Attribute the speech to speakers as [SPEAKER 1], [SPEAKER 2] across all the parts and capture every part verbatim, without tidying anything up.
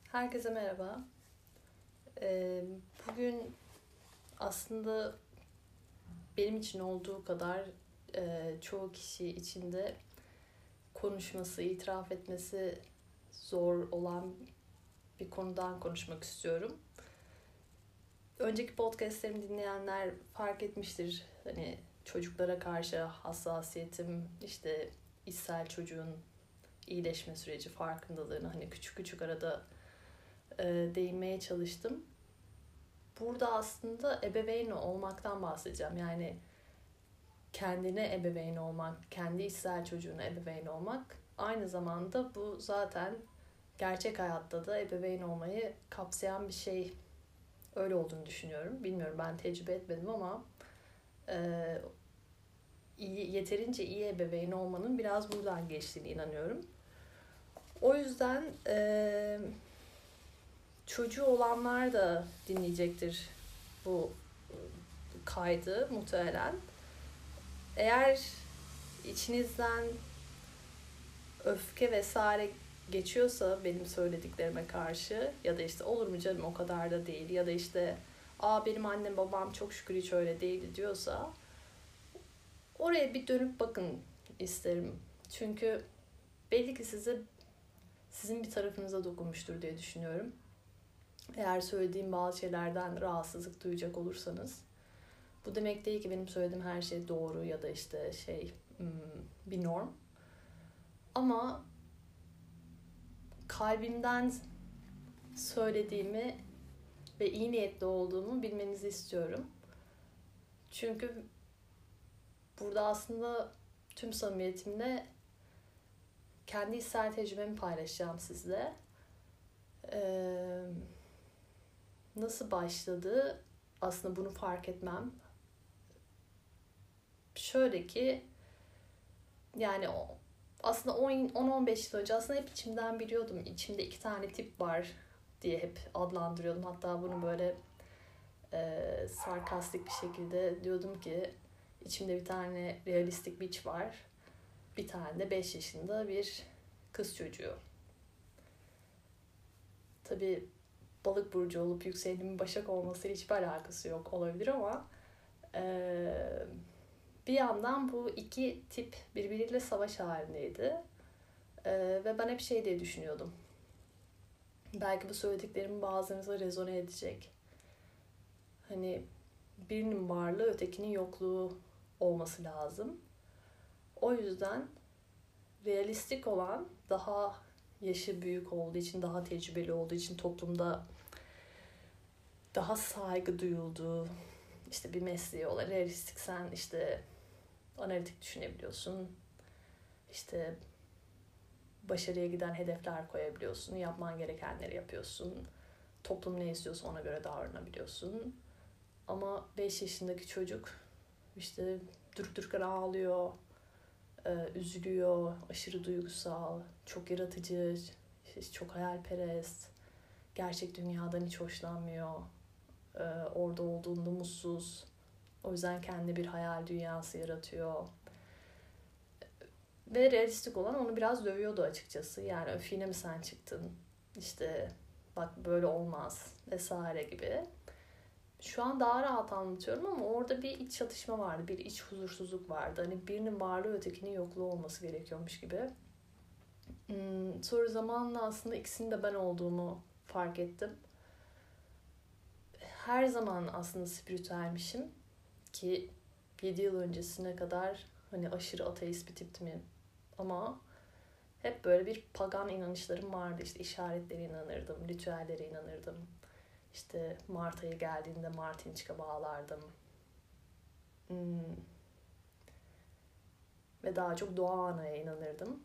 [SPEAKER 1] Herkese merhaba. Ee, bugün aslında benim için olduğu kadar e, çoğu kişi için de konuşması, itiraf etmesi zor olan bir konudan konuşmak istiyorum. Önceki podcastlerimi dinleyenler fark etmiştir. Hani çocuklara karşı hassasiyetim, işte içsel çocuğun iyileşme süreci farkındalığını hani küçük küçük arada e, değinmeye çalıştım. Burada aslında ebeveyn olmaktan bahsedeceğim. Yani kendine ebeveyn olmak, kendi içsel çocuğuna ebeveyn olmak. Aynı zamanda bu zaten gerçek hayatta da ebeveyn olmayı kapsayan bir şey. Öyle olduğunu düşünüyorum. Bilmiyorum, ben tecrübe etmedim ama e, iyi, yeterince iyi ebeveyn olmanın biraz buradan geçtiğine inanıyorum. O yüzden e, çocuğu olanlar da dinleyecektir bu kaydı muhtemelen. Eğer içinizden öfke vesaire geçiyorsa benim söylediklerime karşı, ya da işte olur mu canım o kadar da değil, ya da işte aa benim annem babam çok şükür hiç öyle değildi diyorsa, oraya bir dönüp bakın isterim. Çünkü belli ki size sizin bir tarafınıza dokunmuştur diye düşünüyorum. Eğer söylediğim bazı şeylerden rahatsızlık duyacak olursanız, bu demek değil ki benim söylediğim her şey doğru ya da işte şey bir norm. Ama kalbimden söylediğimi ve iyi niyetli olduğumu bilmenizi istiyorum. Çünkü burada aslında tüm samimiyetimle kendi içsel tecrübemi paylaşacağım sizle. Ee, nasıl başladı? Aslında bunu fark etmem. Şöyle ki, yani aslında on on beş yıl önce aslında hep içimden biliyordum. İçimde iki tane tip var diye hep adlandırıyordum. Hatta bunu böyle e, sarkastik bir şekilde diyordum ki içimde bir tane realistik bitch var. Bir tane de beş yaşında bir kız çocuğu. Tabii balık burcu olup yükselenin Başak olmasıyla hiçbir alakası yok olabilir ama e, bir yandan bu iki tip birbiriyle savaş halindeydi. E, ve ben hep şey diye düşünüyordum. Belki bu söylediklerim bazılarınıza rezone edecek. Hani birinin varlığı ötekinin yokluğu olması lazım. O yüzden realistik olan, daha yaşı büyük olduğu için, daha tecrübeli olduğu için, toplumda daha saygı duyulduğu işte bir mesleği olan realistik, sen işte analitik düşünebiliyorsun. İşte başarıya giden hedefler koyabiliyorsun. Yapman gerekenleri yapıyorsun. Toplum ne istiyorsa ona göre davranabiliyorsun. Ama beş yaşındaki çocuk işte durup dururken ağlıyor, üzülüyor, aşırı duygusal, çok yaratıcı, çok hayalperest, gerçek dünyadan hiç hoşlanmıyor, orada olduğunda mutsuz. O yüzden kendi bir hayal dünyası yaratıyor. Ve realistik olan onu biraz dövüyordu açıkçası. Yani öfine mi sen çıktın? İşte bak böyle olmaz vesaire gibi. Şu an daha rahat anlatıyorum ama orada bir iç çatışma vardı. Bir iç huzursuzluk vardı. Hani birinin varlığı ötekinin yokluğu olması gerekiyormuş gibi. Hmm, sonra zamanla aslında ikisinin de ben olduğumu fark ettim. Her zaman aslında spiritüelmişim. Ki yedi yıl öncesine kadar hani aşırı ateist bir tiptim. Ama hep böyle bir pagan inanışlarım vardı. İşte işaretlere inanırdım, ritüellere inanırdım. İşte Mart ayı geldiğinde Martinçka bağlardım. Hmm. Ve daha çok doğa anaya inanırdım.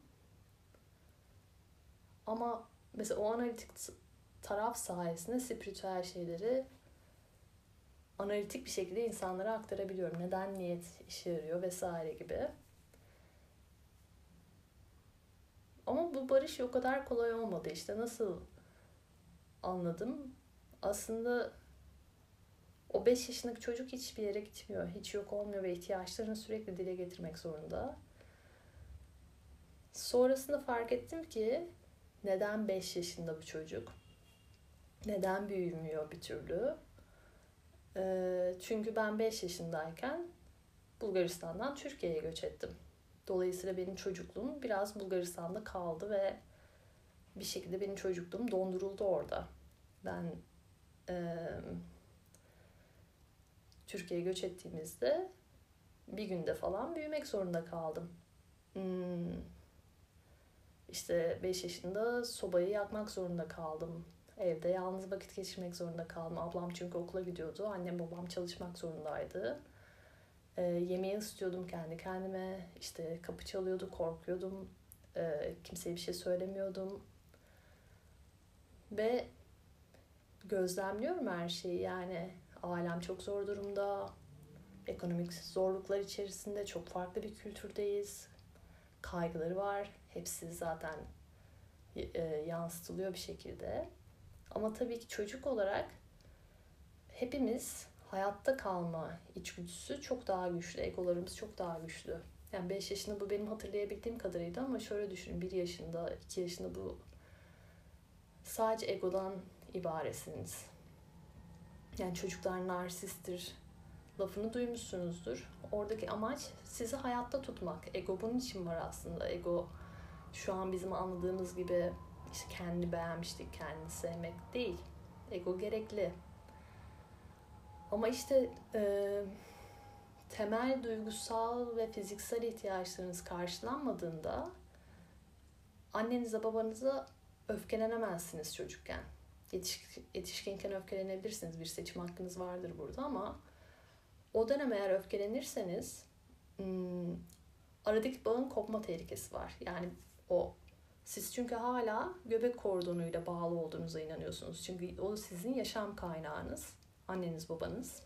[SPEAKER 1] Ama mesela o analitik taraf sayesinde spiritüel şeyleri analitik bir şekilde insanlara aktarabiliyorum. Neden niyet işe yarıyor vesaire gibi. Ama bu barış o kadar kolay olmadı. İşte nasıl anladım? Aslında o beş yaşındaki çocuk hiçbir yere gitmiyor. Hiç yok olmuyor ve ihtiyaçlarını sürekli dile getirmek zorunda. Sonrasında fark ettim ki neden beş yaşında bu çocuk? Neden büyümüyor bir türlü? Ee, çünkü ben beş yaşındayken Bulgaristan'dan Türkiye'ye göç ettim. Dolayısıyla benim çocukluğum biraz Bulgaristan'da kaldı ve bir şekilde benim çocukluğum donduruldu orada. Ben e, Türkiye'ye göç ettiğimizde bir günde falan büyümek zorunda kaldım. Hmm, işte beş yaşında sobayı yakmak zorunda kaldım. Evde yalnız vakit geçirmek zorunda kaldım. Ablam çünkü okula gidiyordu. Annem babam çalışmak zorundaydı. E, yemeği ısıtıyordum kendi kendime. İşte kapı çalıyordu, korkuyordum. E, kimseye bir şey söylemiyordum. Ve gözlemliyorum her şeyi. Yani ailem çok zor durumda. Ekonomik zorluklar içerisinde çok farklı bir kültürdeyiz. Kaygıları var. Hepsi zaten e, yansıtılıyor bir şekilde. Ama tabii ki çocuk olarak hepimiz hayatta kalma içgüdüsü çok daha güçlü. Egolarımız çok daha güçlü. Yani beş yaşında bu benim hatırlayabildiğim kadarıydı ama şöyle düşünün, bir yaşında, iki yaşında bu sadece egodan ibaresiniz. Yani çocuklar narsisttir lafını duymuşsunuzdur. Oradaki amaç sizi hayatta tutmak. Ego bunun için var aslında. Ego şu an bizim anladığımız gibi işte kendini beğenmişlik, kendini sevmek değil. Ego gerekli. Ama işte e, temel duygusal ve fiziksel ihtiyaçlarınız karşılanmadığında annenize babanıza öfkelenemezsiniz çocukken. Yetiş, yetişkinken öfkelenebilirsiniz. Bir seçim hakkınız vardır burada ama o dönem eğer öfkelenirseniz hmm, aradaki bağın kopma tehlikesi var. Yani o siz çünkü hala göbek kordonuyla bağlı olduğunuza inanıyorsunuz. Çünkü o sizin yaşam kaynağınız, anneniz babanız.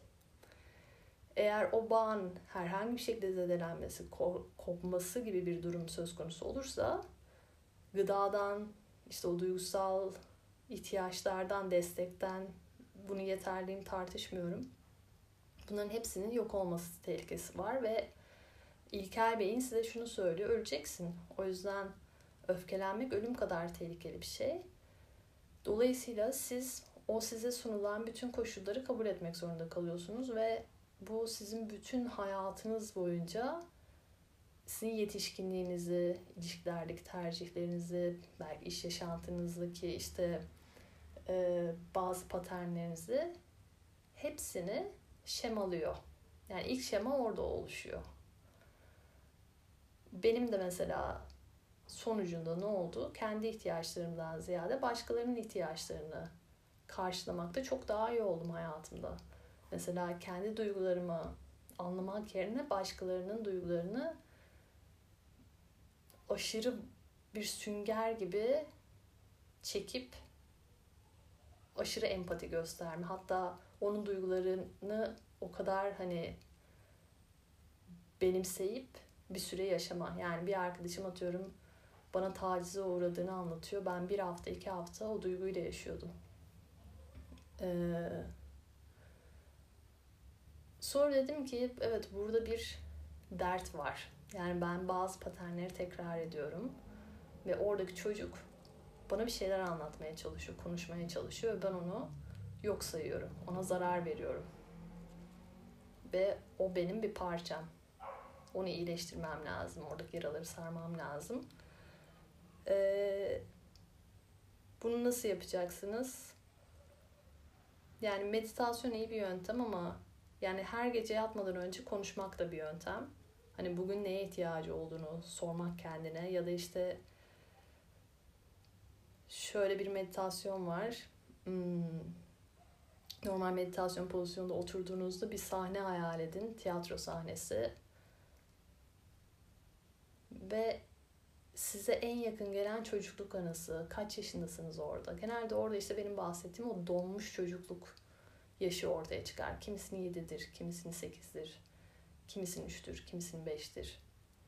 [SPEAKER 1] Eğer o bağın herhangi bir şekilde zedelenmesi, kopması gibi bir durum söz konusu olursa gıdadan, işte o duygusal ihtiyaçlardan, destekten, bunu yeterliğini tartışmıyorum. Bunların hepsinin yok olması tehlikesi var ve İlker Bey'in size şunu söylüyor: öleceksin. O yüzden öfkelenmek ölüm kadar tehlikeli bir şey. Dolayısıyla siz o size sunulan bütün koşulları kabul etmek zorunda kalıyorsunuz ve bu sizin bütün hayatınız boyunca sizin yetişkinliğinizi, ilişkilerdeki tercihlerinizi, belki iş yaşantınızdaki işte e, bazı paternlerinizi hepsini şemalıyor. Yani ilk şema orada oluşuyor. Benim de mesela sonucunda ne oldu? Kendi ihtiyaçlarımdan ziyade başkalarının ihtiyaçlarını karşılamakta çok daha iyi oldum hayatımda. Mesela kendi duygularımı anlamak yerine başkalarının duygularını aşırı bir sünger gibi çekip aşırı empati gösterme. Hatta onun duygularını o kadar hani benimseyip bir süre yaşama. Yani bir arkadaşım atıyorum bana tacize uğradığını anlatıyor. Ben bir hafta, iki hafta o duyguyla yaşıyordum. Ee, sonra dedim ki evet, burada bir dert var. Yani ben bazı paternleri tekrar ediyorum. Ve oradaki çocuk bana bir şeyler anlatmaya çalışıyor, konuşmaya çalışıyor ve ben onu yok sayıyorum. Ona zarar veriyorum. Ve o benim bir parçam. Onu iyileştirmem lazım. Oradaki yaraları sarmam lazım. Ee, bunu nasıl yapacaksınız? Yani meditasyon iyi bir yöntem ama yani her gece yatmadan önce konuşmak da bir yöntem. Hani bugün neye ihtiyacı olduğunu sormak kendine ya da işte şöyle bir meditasyon var. Hmm, normal meditasyon pozisyonunda oturduğunuzda bir sahne hayal edin. Tiyatro sahnesi. Ve size en yakın gelen çocukluk anısı. Kaç yaşındasınız orada? Genelde orada işte benim bahsettiğim o donmuş çocukluk yaşı ortaya çıkar. Kimisinin yedidir, kimisinin sekizdir, kimisinin üçtür, kimisinin beştir.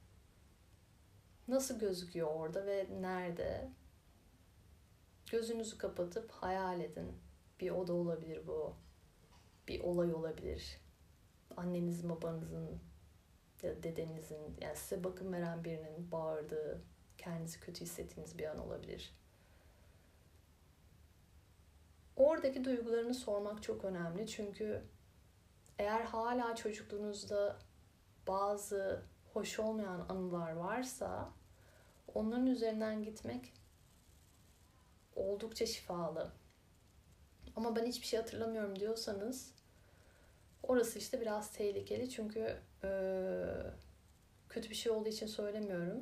[SPEAKER 1] Nasıl gözüküyor orada ve nerede? Gözünüzü kapatıp hayal edin. Bir oda olabilir bu. Bir olay olabilir. Annenizin, babanızın ya da dedenizin, yani size bakım veren birinin bağırdığı, kendinizi kötü hissettiğiniz bir an olabilir. Orada oradaki duygularını sormak çok önemli. Çünkü eğer hala çocukluğunuzda bazı hoş olmayan anılar varsa onların üzerinden gitmek oldukça şifalı. Ama ben hiçbir şey hatırlamıyorum diyorsanız orası işte biraz tehlikeli. Çünkü e, kötü bir şey olduğu için söylemiyorum.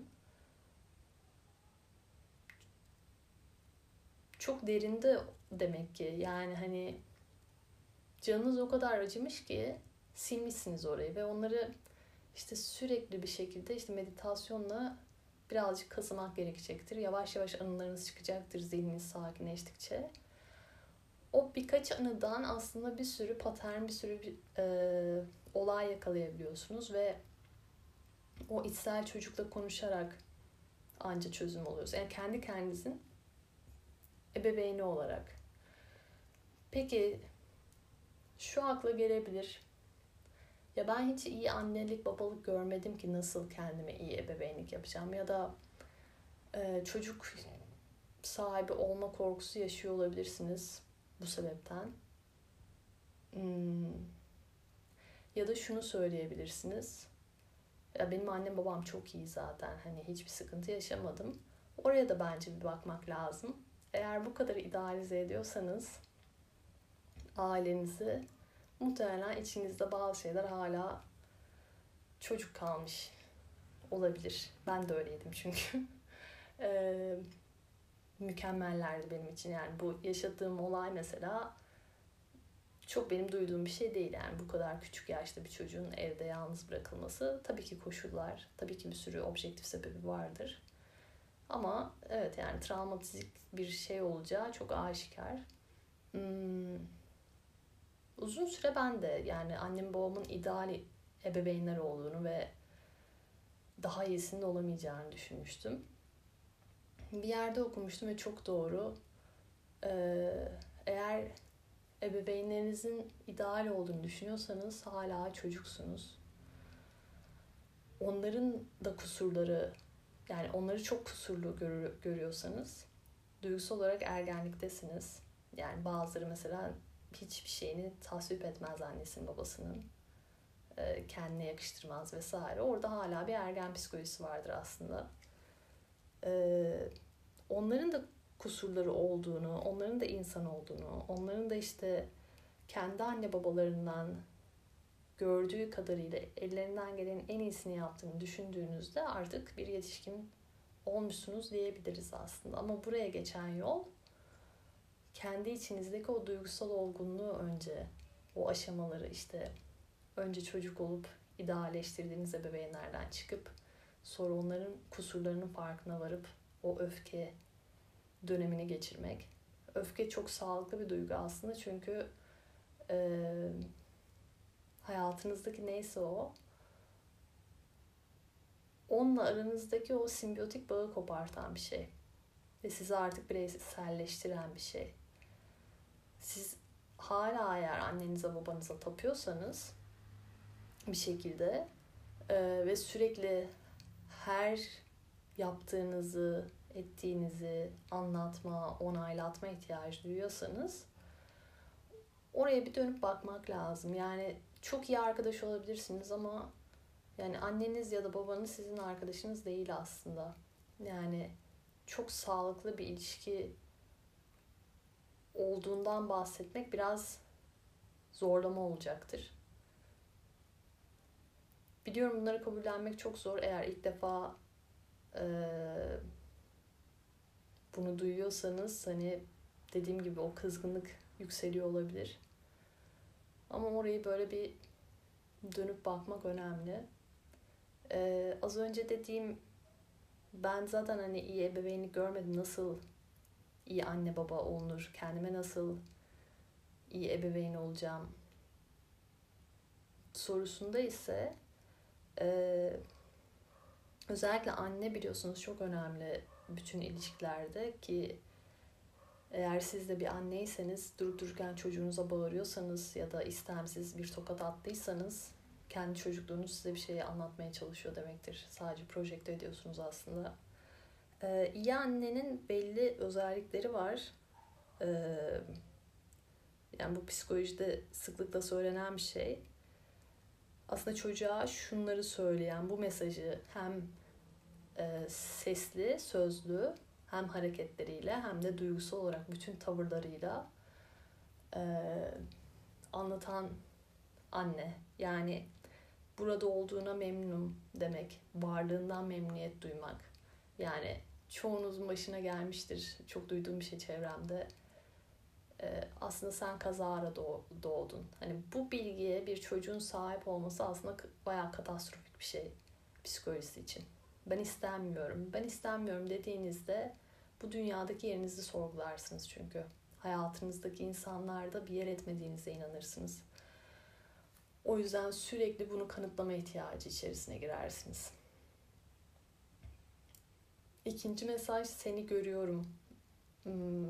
[SPEAKER 1] Çok derinde demek ki. Yani hani canınız o kadar acımış ki silmişsiniz orayı ve onları işte sürekli bir şekilde işte meditasyonla birazcık kazımak gerekecektir. Yavaş yavaş anılarınız çıkacaktır zihniniz sakinleştikçe. O birkaç anıdan aslında bir sürü patern, bir sürü bir, e, olay yakalayabiliyorsunuz ve o içsel çocukla konuşarak anca çözüm oluyoruz. Yani kendi kendinizin ebeveyni olarak. Peki şu akla gelebilir. Ya ben hiç iyi annelik, babalık görmedim ki nasıl kendime iyi ebeveynlik yapacağım ya da e, çocuk sahibi olma korkusu yaşıyor olabilirsiniz bu sebepten. Hmm. Ya da şunu söyleyebilirsiniz. Ya benim annem babam çok iyi zaten. Hani hiçbir sıkıntı yaşamadım. Oraya da bence bir bakmak lazım. Eğer bu kadar idealize ediyorsanız ailenizi muhtemelen içinizde bazı şeyler hala çocuk kalmış olabilir. Ben de öyleydim çünkü. Ee, mükemmellerdi benim için. Yani bu yaşadığım olay mesela çok benim duyduğum bir şey değil. Yani bu kadar küçük yaşta bir çocuğun evde yalnız bırakılması. Tabii ki koşullar, tabii ki bir sürü objektif sebebi vardır. Ama evet yani travmatik bir şey olacağı çok aşikar. Hmm, uzun süre ben de yani annem babamın ideal ebeveynler olduğunu ve daha iyisinin olamayacağını düşünmüştüm. Bir yerde okumuştum ve çok doğru. Ee, eğer ebeveynlerinizin ideal olduğunu düşünüyorsanız hala çocuksunuz. Onların da kusurları, yani onları çok kusurlu gör, görüyorsanız duygusal olarak ergenliktesiniz. Yani bazıları mesela hiçbir şeyini tasvip etmez annesinin babasının. E, kendine yakıştırmaz vesaire. Orada hala bir ergen psikolojisi vardır aslında. E, onların da kusurları olduğunu, onların da insan olduğunu, onların da işte kendi anne babalarından gördüğü kadarıyla ellerinden gelenin en iyisini yaptığını düşündüğünüzde artık bir yetişkin olmuşsunuz diyebiliriz aslında. Ama buraya geçen yol kendi içinizdeki o duygusal olgunluğu önce, o aşamaları işte önce çocuk olup idealleştirdiğiniz ebeveynlerden çıkıp sonra onların kusurlarının farkına varıp o öfke dönemini geçirmek. Öfke çok sağlıklı bir duygu aslında çünkü e, hayatınızdaki neyse o onunla aranızdaki o simbiyotik bağı kopartan bir şey. Ve sizi artık bireyselleştiren bir şey. Siz hala eğer annenize babanıza tapıyorsanız bir şekilde e, ve sürekli her yaptığınızı, ettiğinizi anlatma, onaylatma ihtiyacı duyuyorsanız oraya bir dönüp bakmak lazım. Yani çok iyi arkadaş olabilirsiniz ama yani anneniz ya da babanız sizin arkadaşınız değil aslında. Yani çok sağlıklı bir ilişki olduğundan bahsetmek biraz zorlama olacaktır. Biliyorum bunları kabullenmek çok zor. Eğer ilk defa e, bunu duyuyorsanız hani dediğim gibi o kızgınlık yükseliyor olabilir. Ama orayı böyle bir dönüp bakmak önemli. Ee, az önce dediğim ben zaten hani iyi ebeveynlik görmedim. Nasıl iyi anne baba olunur? Kendime nasıl iyi ebeveyn olacağım? Sorusunda ise e, özellikle anne biliyorsunuz çok önemli bütün ilişkilerde ki eğer siz de bir anneyseniz durup dururken çocuğunuza bağırıyorsanız ya da istemsiz bir tokat attıysanız kendi çocukluğunuz size bir şeyi anlatmaya çalışıyor demektir. Sadece projekte ediyorsunuz aslında. Ee, iyi annenin belli özellikleri var. Ee, Yani bu psikolojide sıklıkla söylenen bir şey. Aslında çocuğa şunları söyleyen, bu mesajı hem e, sesli, sözlü, hem hareketleriyle hem de duygusal olarak bütün tavırlarıyla e, anlatan anne. Yani burada olduğuna memnunum demek, varlığından memnuniyet duymak. Yani çoğunuzun başına gelmiştir, çok duyduğum bir şey çevremde. Ee, aslında sen kazara doğdun. Hani bu bilgiye bir çocuğun sahip olması aslında bayağı katastrofik bir şey psikolojisi için. Ben istemiyorum. Ben istemiyorum dediğinizde bu dünyadaki yerinizi sorgularsınız çünkü. Hayatınızdaki insanlarda bir yer etmediğinize inanırsınız. O yüzden sürekli bunu kanıtlama ihtiyacı içerisine girersiniz. İkinci mesaj, seni görüyorum. Hmm.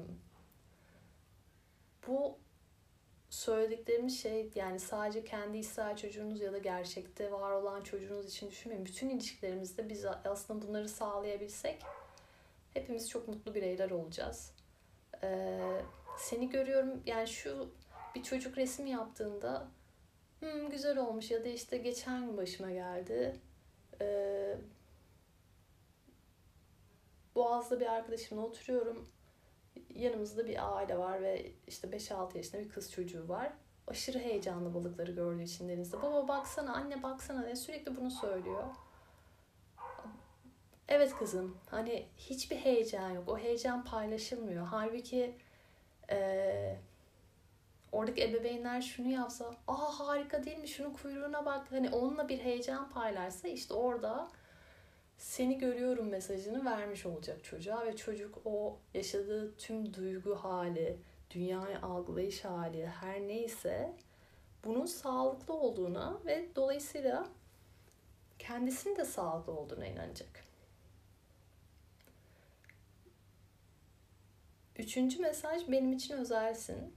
[SPEAKER 1] Bu söylediklerimiz şey, yani sadece kendi içsel çocuğunuz ya da gerçekte var olan çocuğunuz için düşünmeyin. Bütün ilişkilerimizde biz aslında bunları sağlayabilsek hepimiz çok mutlu bireyler olacağız. Ee, seni görüyorum, yani şu bir çocuk resmi yaptığında hmm, güzel olmuş ya da işte geçen gün başıma geldi. Ee, Boğaz'da bir arkadaşımla oturuyorum. Yanımızda bir aile var ve işte beş altı yaşında bir kız çocuğu var. Aşırı heyecanlı balıkları gördüğü için denizde. Baba baksana, anne baksana diye sürekli bunu söylüyor. Evet kızım, hani hiçbir heyecan yok. O heyecan paylaşılmıyor. Halbuki ee, oradaki ebeveynler şunu yapsa, aa harika değil mi, şunun kuyruğuna bak. Hani onunla bir heyecan paylaşsa işte orada seni görüyorum mesajını vermiş olacak çocuğa ve çocuk o yaşadığı tüm duygu hali, dünyayı algılayış hali her neyse bunun sağlıklı olduğuna ve dolayısıyla kendisinin de sağlıklı olduğuna inanacak. Üçüncü mesaj, benim için özelsin.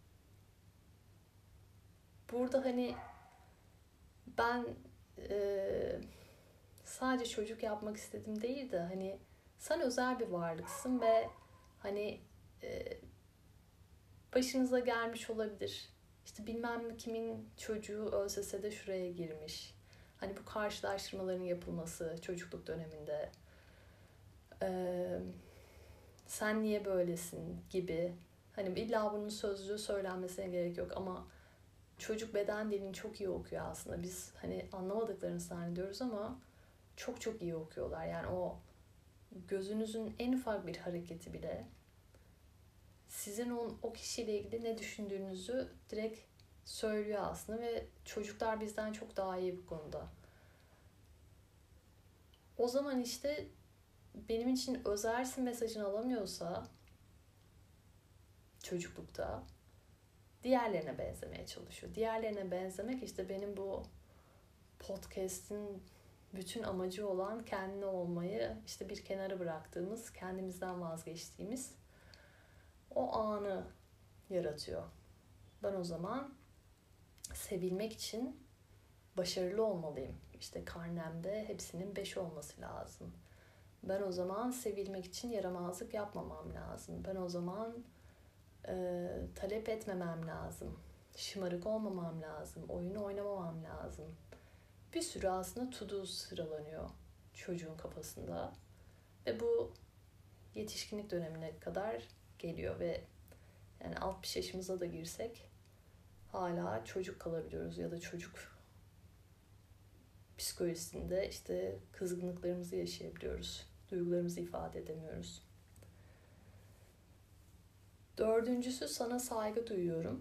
[SPEAKER 1] Burada hani ben e, sadece çocuk yapmak istedim değil de hani sen özel bir varlıksın ve hani e, başınıza gelmiş olabilir. İşte bilmem kimin çocuğu ÖSS'de şuraya girmiş. Hani bu karşılaştırmaların yapılması çocukluk döneminde. Ee, sen niye böylesin gibi. Hani illa bunun sözlü söylenmesine gerek yok ama çocuk beden dilini çok iyi okuyor aslında. Biz hani anlamadıklarını zannediyoruz ama çok çok iyi okuyorlar. Yani o gözünüzün en ufak bir hareketi bile sizin o, o kişiyle ilgili ne düşündüğünüzü direkt söylüyor aslında ve çocuklar bizden çok daha iyi bu konuda. O zaman işte benim için özelsin mesajını alamıyorsa çocuklukta diğerlerine benzemeye çalışıyor. Diğerlerine benzemek işte benim bu podcast'in bütün amacı olan kendine olmayı işte bir kenara bıraktığımız, kendimizden vazgeçtiğimiz o anı yaratıyor. Ben o zaman sevilmek için başarılı olmalıyım. İşte karnemde hepsinin beş olması lazım. Ben o zaman sevilmek için yaramazlık yapmamam lazım. Ben o zaman e, talep etmemem lazım. Şımarık olmamam lazım. Oyun oynamamam lazım. Bir sürü aslında to do sıralanıyor çocuğun kafasında. Ve bu yetişkinlik dönemine kadar geliyor ve yani altmış yaşımıza da girsek hala çocuk kalabiliyoruz ya da çocuk psikolojisinde işte kızgınlıklarımızı yaşayabiliyoruz. Duygularımızı ifade edemiyoruz. Dördüncüsü, sana saygı duyuyorum.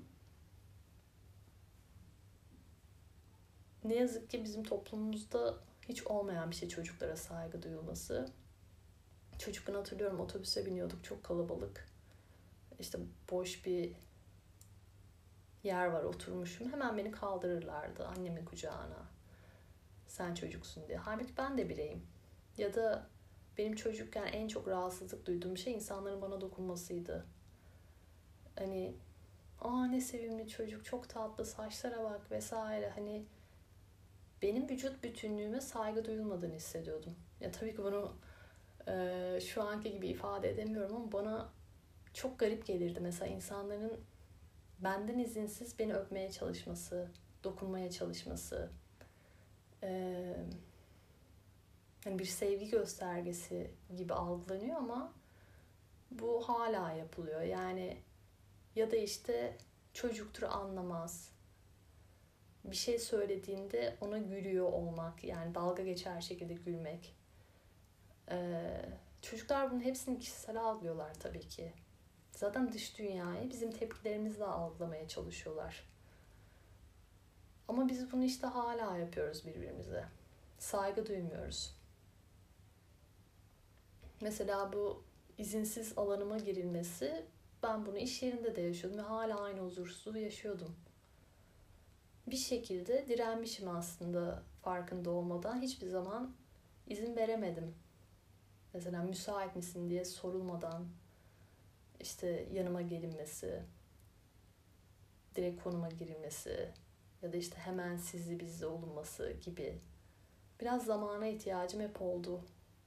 [SPEAKER 1] Ne yazık ki bizim toplumumuzda hiç olmayan bir şey çocuklara saygı duyulması. Çocukken hatırlıyorum, otobüse biniyorduk, çok kalabalık. İşte boş bir yer var, oturmuşum. Hemen beni kaldırırlardı annemin kucağına. Sen çocuksun diye. Halbuki ben de bireyim. Ya da benim çocukken en çok rahatsızlık duyduğum şey insanların bana dokunmasıydı. Hani aa ne sevimli çocuk, çok tatlı, saçlara bak vesaire. Hani benim vücut bütünlüğüme saygı duyulmadığını hissediyordum. Ya tabii ki bunu e, şu anki gibi ifade edemiyorum ama bana çok garip gelirdi. Mesela insanların benden izinsiz beni öpmeye çalışması, dokunmaya çalışması, Ee, hani bir sevgi göstergesi gibi algılanıyor ama bu hala yapılıyor. Yani ya da işte çocuktur, anlamaz. Bir şey söylediğinde ona gülüyor olmak, yani dalga geçer şekilde gülmek. Ee, çocuklar bunun hepsini kişisel algılıyorlar tabii ki. Zaten dış dünyayı bizim tepkilerimizle algılamaya çalışıyorlar. Ama biz bunu işte hala yapıyoruz birbirimize. Saygı duymuyoruz. Mesela bu izinsiz alanıma girilmesi, ben bunu iş yerinde de yaşıyordum ve hala aynı huzursuzluğu yaşıyordum. Bir şekilde direnmişim aslında farkında olmadan. Hiçbir zaman izin veremedim. Mesela müsait misin diye sorulmadan işte yanıma gelinmesi, direkt konuma girilmesi ya da işte hemen sizli bizli olunması gibi. Biraz zamana ihtiyacım hep oldu.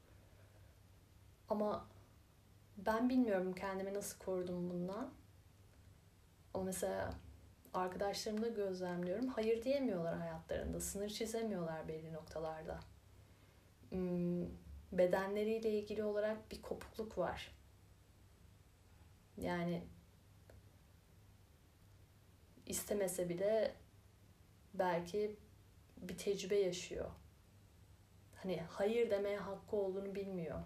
[SPEAKER 1] Ama ben bilmiyorum kendimi nasıl korudum bundan. Ama mesela arkadaşlarımda gözlemliyorum. Hayır diyemiyorlar hayatlarında. Sınır çizemiyorlar belli noktalarda. Hmm, bedenleriyle ilgili olarak bir kopukluk var. Yani istemese bile belki bir tecrübe yaşıyor. Hani hayır demeye hakkı olduğunu bilmiyor.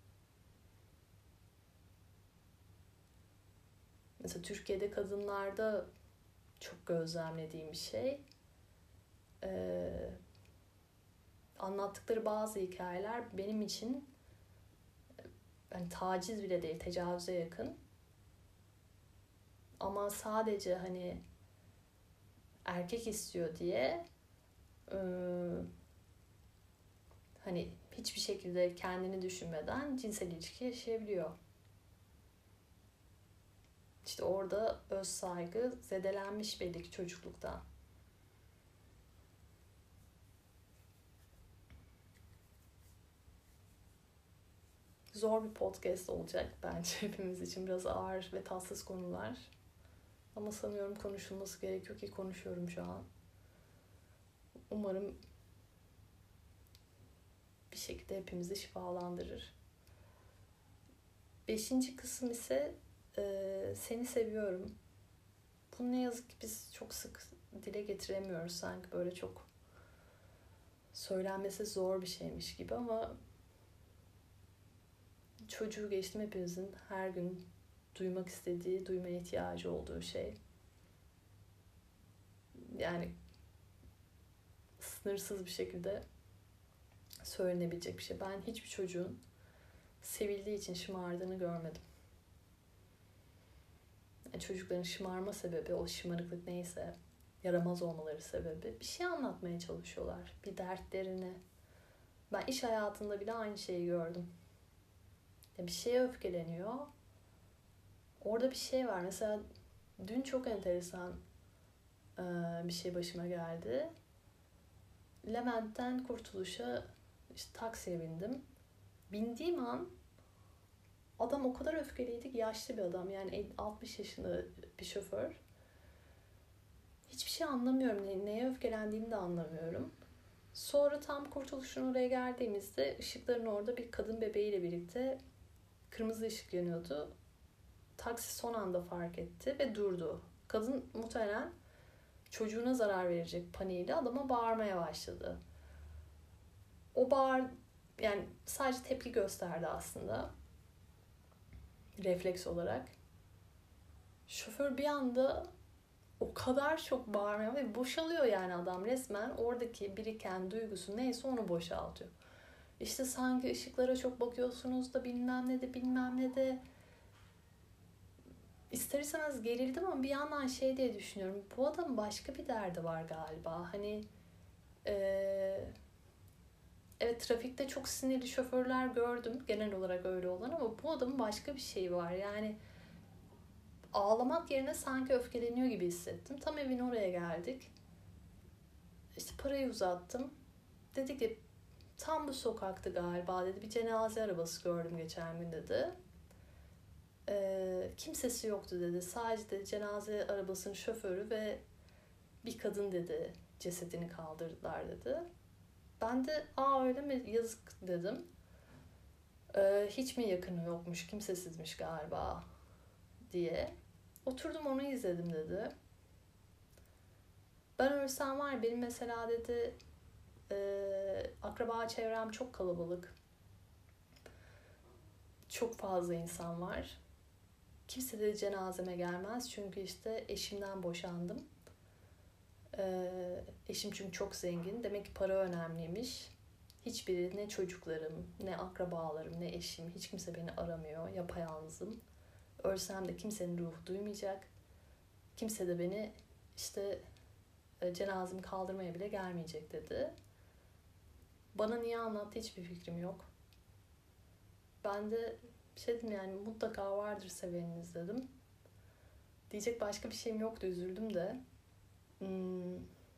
[SPEAKER 1] Mesela Türkiye'de kadınlarda çok gözlemlediğim bir şey. Ee, anlattıkları bazı hikayeler benim için yani taciz bile değil, tecavüze yakın. Ama sadece hani erkek istiyor diye e, hani hiçbir şekilde kendini düşünmeden cinsel ilişki yaşayabiliyor. İşte orada öz saygı zedelenmiş belli ki çocukluktan. Zor bir podcast olacak bence hepimiz için. Biraz ağır ve tatsız konular. Ama sanıyorum konuşulması gerekiyor ki konuşuyorum şu an. Umarım bir şekilde hepimizi şifalandırır. Beşinci kısım ise e, seni seviyorum. Bunu ne yazık ki biz çok sık dile getiremiyoruz. Sanki böyle çok söylenmesi zor bir şeymiş gibi ama çocuğu geçtim, hepimizin her gün duymak istediği, duymaya ihtiyacı olduğu şey. Yani sınırsız bir şekilde söylenebilecek bir şey. Ben hiçbir çocuğun sevildiği için şımardığını görmedim. Yani çocukların şımarma sebebi, o şımarıklık neyse, yaramaz olmaları sebebi, bir şey anlatmaya çalışıyorlar. Bir dertlerini. Ben iş hayatında bile aynı şeyi gördüm. Ya bir şeye öfkeleniyor. Orada bir şey var. Mesela dün çok enteresan bir şey başıma geldi. Levent'ten Kurtuluş'a işte taksiye bindim. Bindiğim an adam o kadar öfkeliydi ki, yaşlı bir adam, yani altmış yaşında bir şoför. Hiçbir şey anlamıyorum. Ne, neye öfkelendiğini de anlamıyorum. Sonra tam Kurtuluş'un oraya geldiğimizde ışıkların orada bir kadın bebeğiyle birlikte kırmızı ışık yanıyordu. Taksi son anda fark etti ve durdu. Kadın muhtemelen çocuğuna zarar verecek paniğiyle adama bağırmaya başladı. O bağır, yani sadece tepki gösterdi aslında. Refleks olarak. Şoför bir anda o kadar çok bağırmaya ve boşalıyor, yani adam resmen oradaki biriken duygusu neyse onu boşaltıyor. İşte sanki ışıklara çok bakıyorsunuz da bilmem ne de bilmem ne de. İster istemez gerildim ama bir yandan şey diye düşünüyorum. Bu adamın başka bir derdi var galiba. Hani ee, evet, trafikte çok sinirli şoförler gördüm. Genel olarak öyle olan, ama bu adamın başka bir şeyi var. Yani ağlamak yerine sanki öfkeleniyor gibi hissettim. Tam evin oraya geldik. İşte parayı uzattım. Dedi ki tam bu sokaktı galiba dedi. Bir cenaze arabası gördüm geçen gün dedi. Ee, kimsesi yoktu dedi. Sadece de cenaze arabasının şoförü ve bir kadın dedi cesedini kaldırdılar dedi. Ben de aa öyle mi yazık dedim. Ee, hiç mi yakını yokmuş, kimsesizmiş galiba diye. Oturdum onu izledim dedi. Ben ölsem var ya benim mesela dedi e, akraba çevrem çok kalabalık. Çok fazla insan var. Kimse de cenazeme gelmez çünkü işte eşimden boşandım. Ee, eşim çünkü çok zengin. Demek ki para önemliymiş. Hiçbiri ne çocuklarım, ne akrabalarım, ne eşim, hiç kimse beni aramıyor. Yapayalnızım. Ölsem de kimsenin ruhu duymayacak. Kimse de beni işte e, cenazemi kaldırmaya bile gelmeyecek dedi. Bana niye anlattı hiçbir fikrim yok. Ben de bir şey dedim yani mutlaka vardır seveniniz dedim. Diyecek başka bir şeyim yoktu, üzüldüm de. Hmm.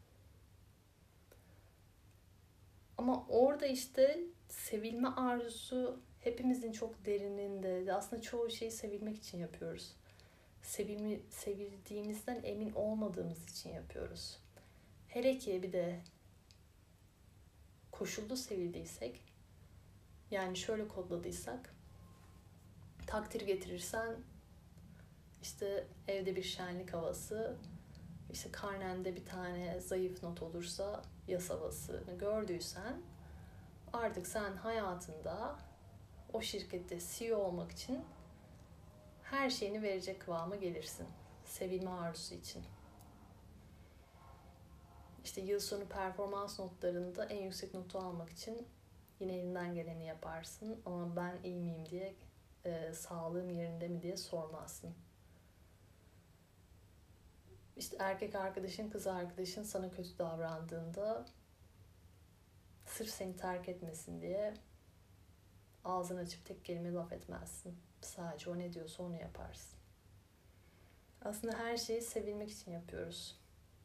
[SPEAKER 1] Ama orada işte sevilme arzusu hepimizin çok derininde. Aslında çoğu şeyi sevilmek için yapıyoruz. Sevilmi, sevildiğimizden emin olmadığımız için yapıyoruz. Hele ki bir de koşullu sevildiysek, yani şöyle kodladıysak, takdir getirirsen işte evde bir şenlik havası, işte karnende bir tane zayıf not olursa yas havasını gördüysen artık sen hayatında o şirkette C E O olmak için her şeyini verecek kıvama gelirsin. Sevilme arzusu için. İşte yıl sonu performans notlarında en yüksek notu almak için yine elinden geleni yaparsın. Ama ben iyi miyim diye, e, sağlığım yerinde mi diye sormazsın. İşte erkek arkadaşın, kız arkadaşın sana kötü davrandığında sırf seni terk etmesin diye ağzını açıp tek kelime laf etmezsin. Sadece o ne diyorsa onu yaparsın. Aslında her şeyi sevilmek için yapıyoruz.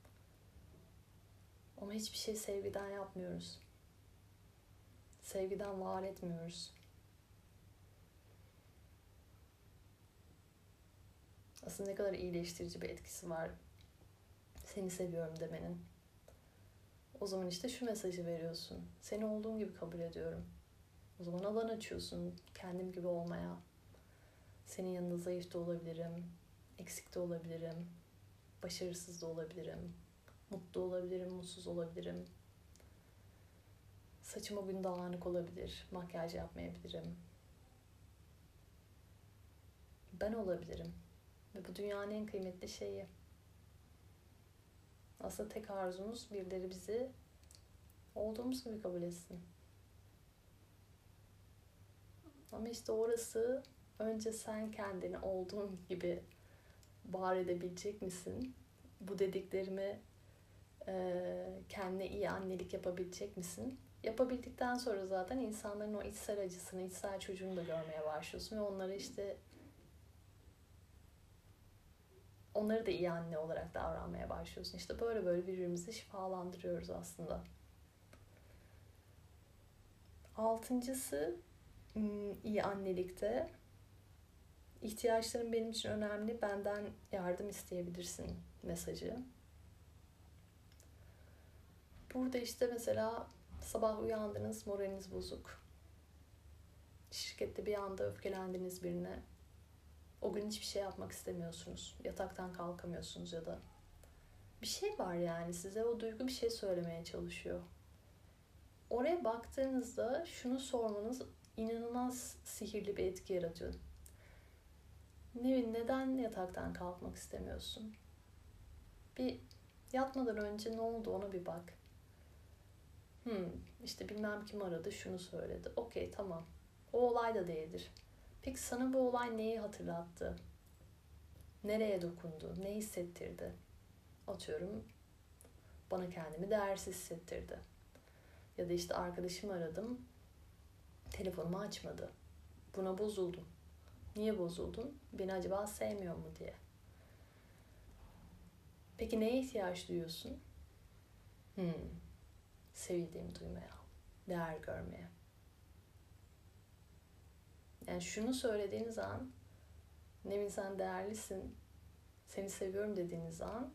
[SPEAKER 1] Ama hiçbir şey sevgiden yapmıyoruz. Sevgiden var etmiyoruz. Aslında ne kadar iyileştirici bir etkisi var seni seviyorum demenin. O zaman işte şu mesajı veriyorsun. Seni olduğun gibi kabul ediyorum. O zaman alan açıyorsun kendim gibi olmaya. Senin yanında zayıf da olabilirim, eksik de olabilirim, başarısız da olabilirim, mutlu olabilirim, mutsuz olabilirim. Saçım o gün dağınık olabilir, makyaj yapmayabilirim. Ben olabilirim. Ve bu dünyanın en kıymetli şeyi. Aslında tek arzumuz birileri bizi olduğumuz gibi kabul etsin. Ama işte orası önce sen kendini olduğun gibi var edebilecek misin? Bu dediklerimi e, kendine iyi annelik yapabilecek misin? Yapabildikten sonra zaten insanların o içsel acısını, içsel çocuğunu da görmeye başlıyorsun ve onlara işte onları da iyi anne olarak davranmaya başlıyorsun. İşte böyle böyle birbirimizi şifalandırıyoruz aslında. Altıncısı iyi annelikte. İhtiyaçların benim için önemli. Benden yardım isteyebilirsin mesajı. Burada işte mesela sabah uyandınız, moraliniz bozuk. Şirkette bir anda öfkelendiniz birine. O gün hiçbir şey yapmak istemiyorsunuz. Yataktan kalkamıyorsunuz ya da. Bir şey var yani size o duygu bir şey söylemeye çalışıyor. Oraya baktığınızda şunu sormanız inanılmaz sihirli bir etki yaratıyor. Ne, neden yataktan kalkmak istemiyorsun? Bir yatmadan önce ne oldu ona bir bak. Hmm, işte bilmem kim aradı şunu söyledi. Okey tamam. O olay da değildir. Peki sana bu olay neyi hatırlattı? Nereye dokundu? Ne hissettirdi? Atıyorum bana kendimi değersiz hissettirdi. Ya da işte arkadaşımı aradım. Telefonumu açmadı. Buna bozuldum. Niye bozuldun? Beni acaba sevmiyor mu diye. Peki neye ihtiyaç duyuyorsun? Hmm, sevildiğimi duymaya, değer görmeye. Yani şunu söylediğiniz an Nevin sen değerlisin, seni seviyorum dediğiniz an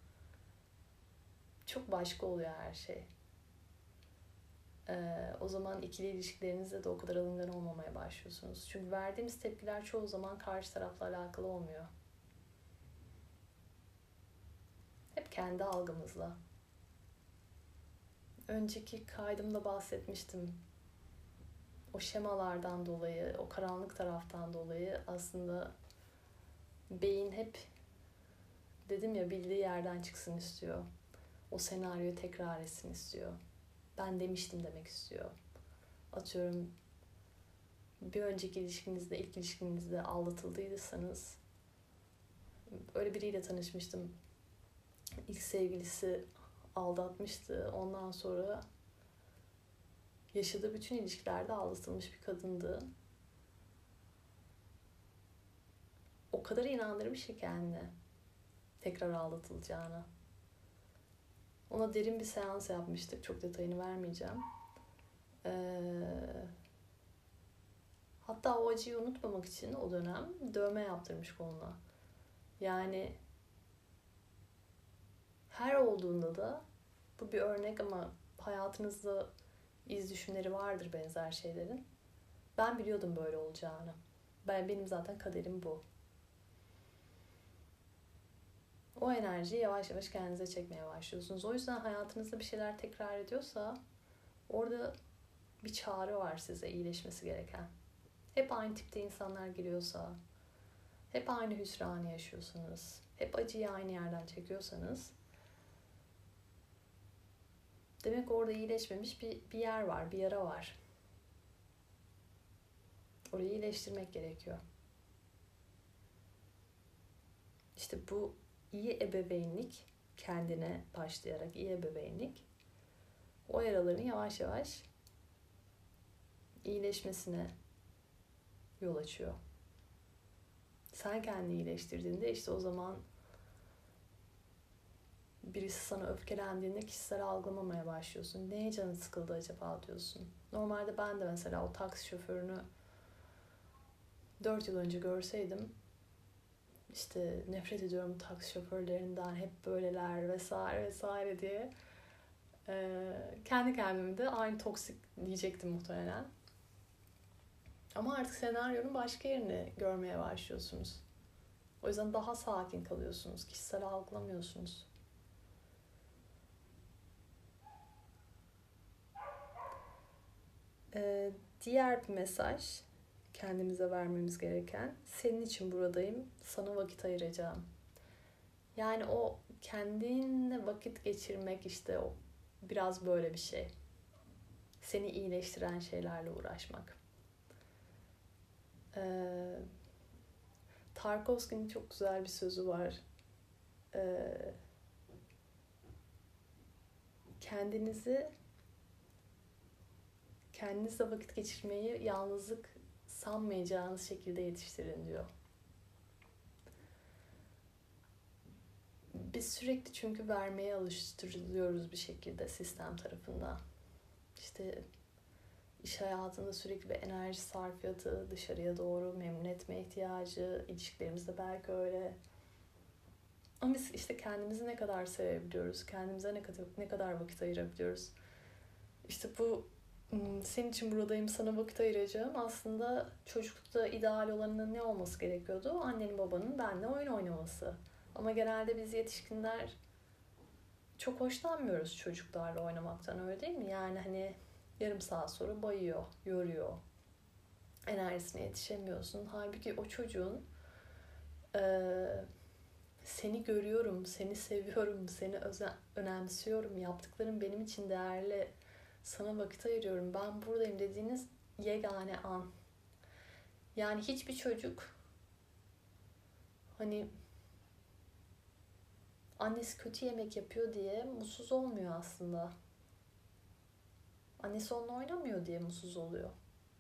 [SPEAKER 1] çok başka oluyor her şey. Ee, o zaman ikili ilişkilerinizde de o kadar alıngan olmamaya başlıyorsunuz. Çünkü verdiğimiz tepkiler çoğu zaman karşı tarafla alakalı olmuyor. Hep kendi algımızla. Önceki kaydımda bahsetmiştim. O şemalardan dolayı, o karanlık taraftan dolayı aslında beyin hep, dedim ya, bildiği yerden çıksın istiyor. O senaryoyu tekrar etsin istiyor. Ben demiştim demek istiyor. Atıyorum, bir önceki ilişkinizde, ilk ilişkinizde aldatıldıysanız, öyle biriyle tanışmıştım. İlk sevgilisi aldatmıştı. Ondan sonra yaşadığı bütün ilişkilerde aldatılmış bir kadındı. O kadar inandırmış ki kendine tekrar aldatılacağına. Ona derin bir seans yapmıştık. Çok detayını vermeyeceğim. Ee, hatta o acıyı unutmamak için o dönem dövme yaptırmış koluna. Yani her olduğunda da, bu bir örnek ama hayatınızda iz düşümleri vardır benzer şeylerin. Ben biliyordum böyle olacağını. Ben, benim zaten kaderim bu. O enerjiyi yavaş yavaş kendinize çekmeye başlıyorsunuz. O yüzden hayatınızda bir şeyler tekrar ediyorsa orada bir çağrı var size iyileşmesi gereken. Hep aynı tipte insanlar geliyorsa, hep aynı hüsranı yaşıyorsanız, hep acıyı aynı yerden çekiyorsanız, demek orada iyileşmemiş bir, bir yer var, bir yara var. Orayı iyileştirmek gerekiyor. İşte bu iyi ebeveynlik, kendine başlayarak iyi ebeveynlik, o yaraların yavaş yavaş iyileşmesine yol açıyor. Sen kendini iyileştirdiğinde işte o zaman birisi sana öfkelendiğinde kişisel algılamamaya başlıyorsun. Neye canın sıkıldı acaba diyorsun. Normalde ben de mesela o taksi şoförünü dört yıl önce görseydim, işte nefret ediyorum taksi şoförlerinden, hep böyleler vesaire vesaire diye Ee, kendi kendime de aynı toksik diyecektim muhtemelen. Ama artık senaryonun başka yerini görmeye başlıyorsunuz. O yüzden daha sakin kalıyorsunuz. Kişisel algılamıyorsunuz. Ee, diğer bir mesaj kendimize vermemiz gereken: senin için buradayım, sana vakit ayıracağım. Yani o kendinle vakit geçirmek işte o biraz böyle bir şey. Seni iyileştiren şeylerle uğraşmak. Ee, Tarkovski'nin çok güzel bir sözü var. Ee, kendinizi kendinizle vakit geçirmeyi yalnızlık sanmayacağınız şekilde yetiştirin diyor. Biz sürekli çünkü vermeye alıştırılıyoruz bir şekilde sistem tarafından. İşte iş hayatında sürekli bir enerji sarfiyatı, dışarıya doğru memnun etme ihtiyacı, ilişkilerimizde belki öyle. Ama biz işte kendimizi ne kadar sevebiliyoruz, kendimize ne kadar, ne kadar vakit ayırabiliyoruz. İşte bu senin için buradayım, sana vakit ayıracağım. Aslında çocuklukta ideal olanın ne olması gerekiyordu? Annenin babanın benimle oyun oynaması. Ama genelde biz yetişkinler çok hoşlanmıyoruz çocuklarla oynamaktan, öyle değil mi? Yani hani yarım saat sonra bayıyor, yoruyor. Enerjisine yetişemiyorsun. Halbuki o çocuğun e, seni görüyorum, seni seviyorum, seni özen, önemsiyorum, yaptıkların benim için değerli, sana vakit ayırıyorum, ben buradayım dediğiniz yegane an. Yani hiçbir çocuk hani annesi kötü yemek yapıyor diye mutsuz olmuyor aslında. Annesi onunla oynamıyor diye mutsuz oluyor.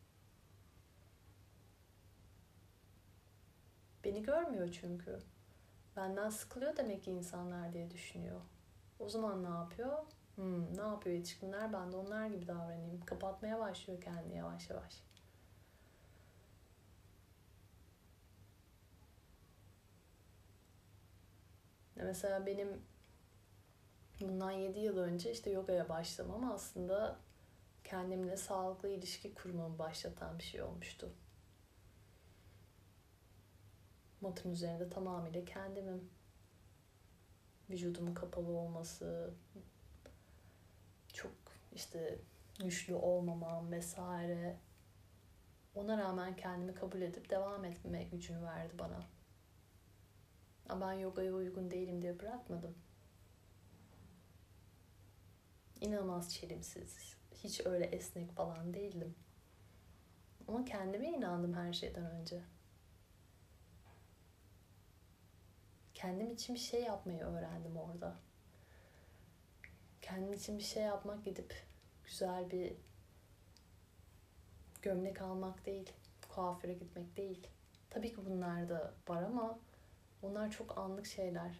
[SPEAKER 1] Beni görmüyor çünkü. Benden sıkılıyor demek ki insanlar diye düşünüyor. O zaman ne yapıyor? Hmm, ne yapıyor yetişkinler? Ben de onlar gibi davranayım. Kapatmaya başlıyor kendini yavaş yavaş. Mesela benim bundan yedi yıl önce işte yogaya başlamam aslında kendimle sağlıklı ilişki kurmamı başlatan bir şey olmuştu. Matın üzerinde tamamıyla kendimim. Vücudumun kapalı olması, çok işte güçlü olmamam vesaire. Ona rağmen kendimi kabul edip devam etme gücünü verdi bana. Ama ben yogaya uygun değilim diye bırakmadım. İnanılmaz çelimsiz, hiç öyle esnek falan değildim. Ama kendime inandım her şeyden önce. Kendim için bir şey yapmayı öğrendim orada. Kendim için bir şey yapmak, gidip güzel bir gömlek almak değil, kuaföre gitmek değil. Tabii ki bunlar da var ama onlar çok anlık şeyler.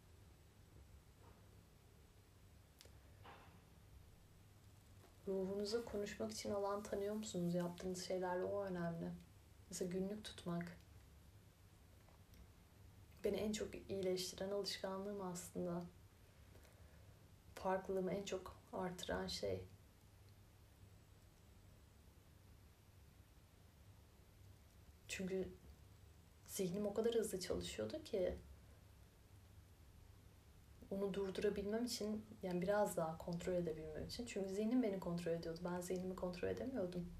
[SPEAKER 1] Ruhunuza konuşmak için alan tanıyor musunuz? Yaptığınız şeylerle o önemli. Mesela günlük tutmak. Beni en çok iyileştiren alışkanlığım aslında. Farklılığımı en çok artıran şey. Çünkü zihnim o kadar hızlı çalışıyordu ki onu durdurabilmem için, yani biraz daha kontrol edebilmem için. Çünkü zihnim beni kontrol ediyordu. Ben zihnimi kontrol edemiyordum.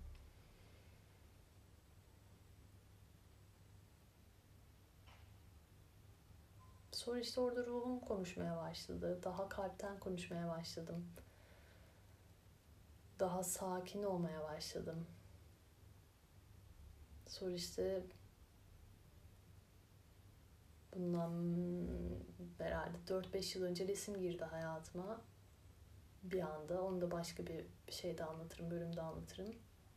[SPEAKER 1] Sonra işte orada ruhum konuşmaya başladı. Daha kalpten konuşmaya başladım. Daha sakin olmaya başladım. Sonra işte bundan herhalde dört beş yıl önce resim girdi hayatıma. Bir anda. Onu da başka bir şeyde anlatırım, bölümde anlatırım.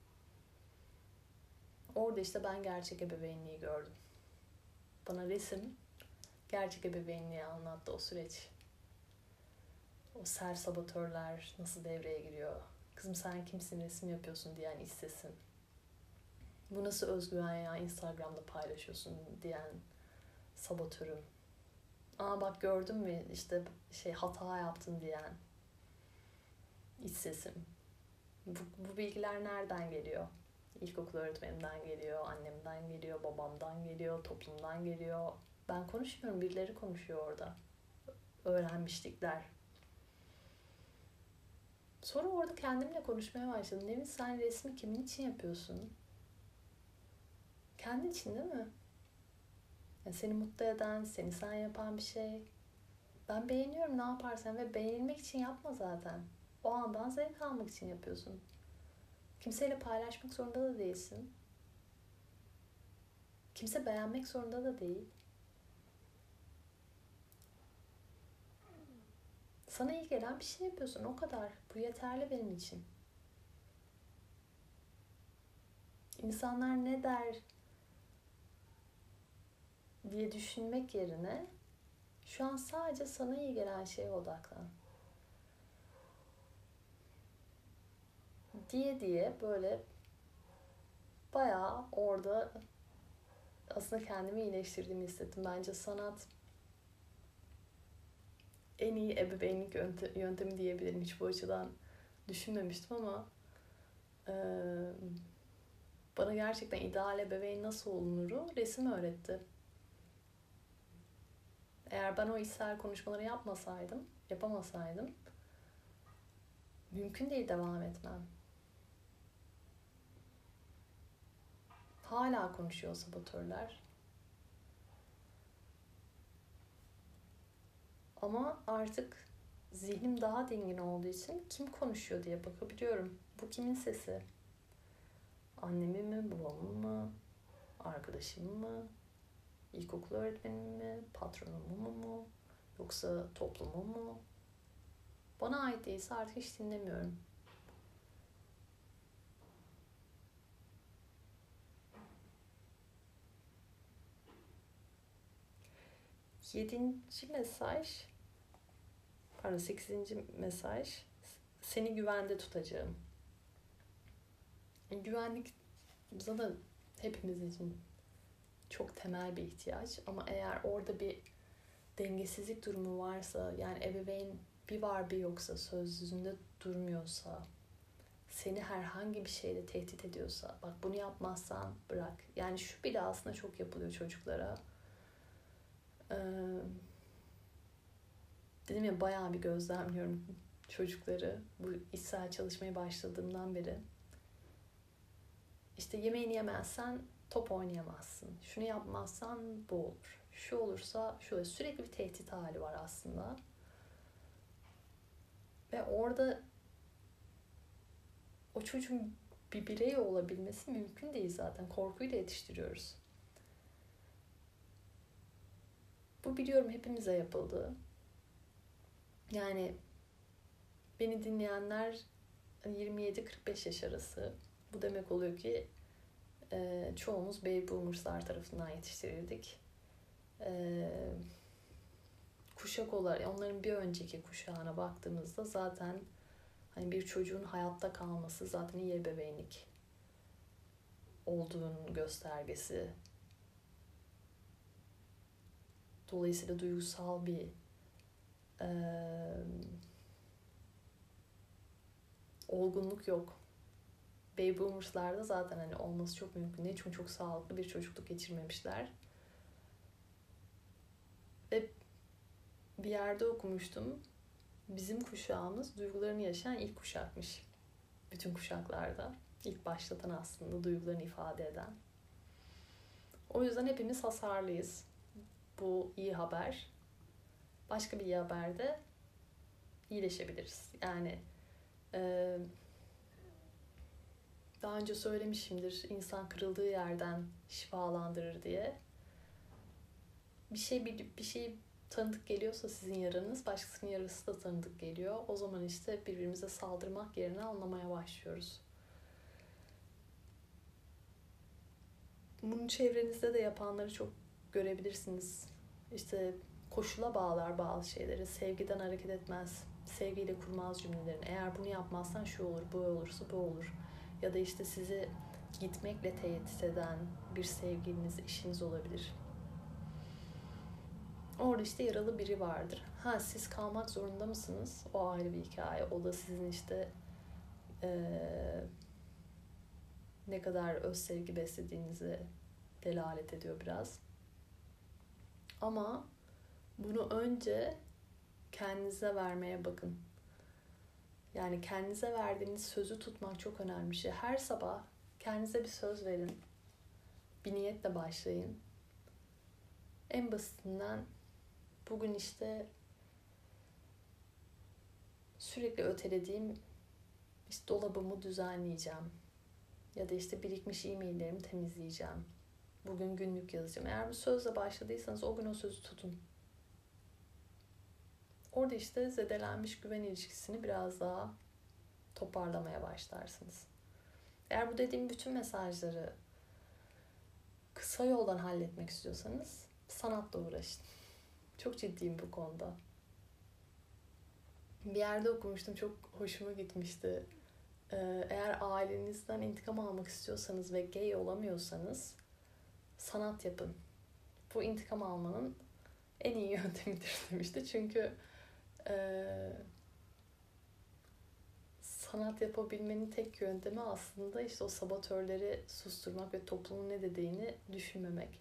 [SPEAKER 1] Orada işte ben gerçek ebeveynliği gördüm. Bana resim gerçek ebeveynliği anlattı o süreç. O ser sabotörler nasıl devreye giriyor. Kızım sen kimsin, resim yapıyorsun diyen iç sesin. Bu nasıl özgüven ya, Instagram'da paylaşıyorsun diyen sabotörüm. Aa bak gördün mü işte şey hata yaptın diyen iç sesim. Bu, bu bilgiler nereden geliyor? İlkokul öğretmenimden geliyor, annemden geliyor, babamdan geliyor, toplumdan geliyor. Ben konuşmuyorum, birileri konuşuyor orada. Öğrenmişlikler. Sonra orada kendimle konuşmaya başladım. Nevin sen resmi kimin için yapıyorsun? Kendi için değil mi? Yani seni mutlu eden, seni sen yapan bir şey. Ben beğeniyorum ne yaparsan ve beğenilmek için yapma zaten. O andan zevk almak için yapıyorsun. Kimseyle paylaşmak zorunda da değilsin. Kimse beğenmek zorunda da değil. Sana iyi gelen bir şey yapıyorsun, o kadar. Bu yeterli benim için. İnsanlar ne der diye düşünmek yerine şu an sadece sana iyi gelen şeye odaklan. Diye diye böyle bayağı orada aslında kendimi iyileştirdiğimi hissettim. Bence sanat en iyi ebeveynlik yöntemi diyebilirim. Hiç bu açıdan düşünmemiştim ama e, bana gerçekten ideal ebeveyn nasıl olunuru resim öğretti. Eğer ben o içsel konuşmaları yapmasaydım, yapamasaydım mümkün değil devam etmem. Hala konuşuyor sabotörler. Ama artık zihnim daha dingin olduğu için kim konuşuyor diye bakabiliyorum. Bu kimin sesi? Annemin mi, babamın mı, arkadaşımın mı, ilkokul öğretmenim mi, patronumun mu, yoksa toplumun mu? Bana ait değilse artık hiç dinlemiyorum. Yedinci mesaj, pardon sekizinci mesaj, seni güvende tutacağım. Güvenlik zaten hepimiz için çok temel bir ihtiyaç ama eğer orada bir dengesizlik durumu varsa, yani ebeveyn bir var bir yoksa, sözünde durmuyorsa, seni herhangi bir şeyle tehdit ediyorsa, bak bunu yapmazsan bırak. Yani şu bile aslında çok yapılıyor çocuklara. Ee, dedim ya, bayağı bir gözlemliyorum çocukları bu içsel çalışmaya başladığımdan beri. İşte yemeğini yemezsen top oynayamazsın. Şunu yapmazsan bu olur. Şu olursa şu olur. Sürekli bir tehdit hali var aslında. Ve orada o çocuğun bir birey olabilmesi mümkün değil zaten. Korkuyla yetiştiriyoruz. Bu biliyorum hepimize yapıldı. Yani beni dinleyenler yirmi yedi kırk beş yaş arası. Bu demek oluyor ki e, çoğumuz baby boomerslar tarafından yetiştirildik. E, kuşak olarak onların bir önceki kuşağına baktığımızda zaten hani bir çocuğun hayatta kalması zaten iyi ebeveynlik olduğunun göstergesi. Dolayısıyla duygusal bir e, olgunluk yok. Baby boomers'larda zaten hani olması çok mümkün değil. Çünkü çok sağlıklı bir çocukluk geçirmemişler. Ve bir yerde okumuştum. Bizim kuşağımız duygularını yaşayan ilk kuşakmış. Bütün kuşaklarda. İlk başlatan aslında duygularını ifade eden. O yüzden hepimiz hasarlıyız. Bu iyi haber. Başka bir iyi haber de iyileşebiliriz. Yani e, daha önce söylemişimdir, insan kırıldığı yerden şifalandırır diye. Bir şey bir, bir şey tanıdık geliyorsa sizin yaranız, başkasının yarası da tanıdık geliyor. O zaman işte birbirimize saldırmak yerine anlamaya başlıyoruz. Bunu çevrenizde de yapanları çok görebilirsiniz. İşte koşula bağlar bazı şeyleri. Sevgiden hareket etmez. Sevgiyle kurmaz cümlelerini. Eğer bunu yapmazsan şu olur, bu olursa bu olur. Ya da işte sizi gitmekle tehdit eden bir sevgiliniz, eşiniz olabilir. Orada işte yaralı biri vardır. Ha, siz kalmak zorunda mısınız? O ayrı bir hikaye. O da sizin işte ee, ne kadar öz sevgi beslediğinizi delalet ediyor biraz. Ama bunu önce kendinize vermeye bakın. Yani kendinize verdiğiniz sözü tutmak çok önemli bir şey. Her sabah kendinize bir söz verin. Bir niyetle başlayın. En basitinden bugün işte sürekli ötelediğim işte dolabımı düzenleyeceğim. Ya da işte birikmiş e-maillerimi temizleyeceğim. Bugün günlük yazacağım. Eğer bu sözle başladıysanız o gün o sözü tutun. Orada işte zedelenmiş güven ilişkisini biraz daha toparlamaya başlarsınız. Eğer bu dediğim bütün mesajları kısa yoldan halletmek istiyorsanız sanatla uğraşın. Çok ciddiyim bu konuda. Bir yerde okumuştum, çok hoşuma gitmişti. Eğer ailenizden intikam almak istiyorsanız ve gay olamıyorsanız sanat yapın. Bu intikam almanın en iyi yöntemidir demişti. Çünkü e, sanat yapabilmenin tek yöntemi aslında işte o sabotörleri susturmak ve toplumun ne dediğini düşünmemek.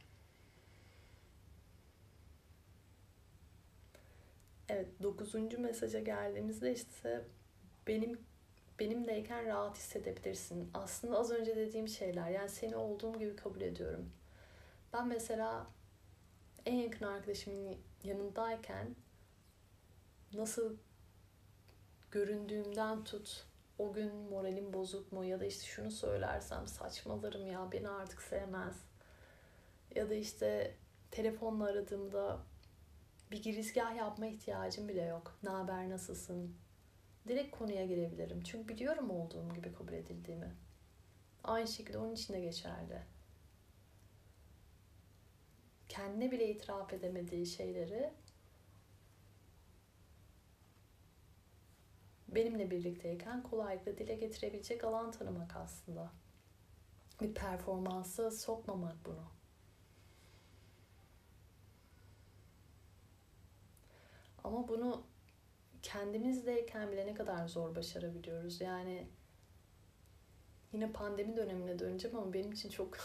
[SPEAKER 1] Evet, dokuzuncu mesaja geldiğimizde işte benim benimleyken rahat hissedebilirsin. Aslında az önce dediğim şeyler, yani seni olduğum gibi kabul ediyorum. Ben mesela en yakın arkadaşımın yanındayken nasıl göründüğümden tut, o gün moralim bozuk mu ya da işte şunu söylersem saçmalarım ya, beni artık sevmez. Ya da işte telefonla aradığımda bir girizgah yapma ihtiyacım bile yok. Ne haber, nasılsın? Direkt konuya girebilirim. Çünkü biliyorum olduğum gibi kabul edildiğimi. Aynı şekilde onun için de geçerli. Kendine bile itiraf edemediği şeyleri benimle birlikteyken kolaylıkla dile getirebilecek alan tanımak aslında. Bir performansa sokmamak bunu. Ama bunu kendimizdeyken bile ne kadar zor başarabiliyoruz. Yani yine pandemi dönemine döneceğim ama benim için çok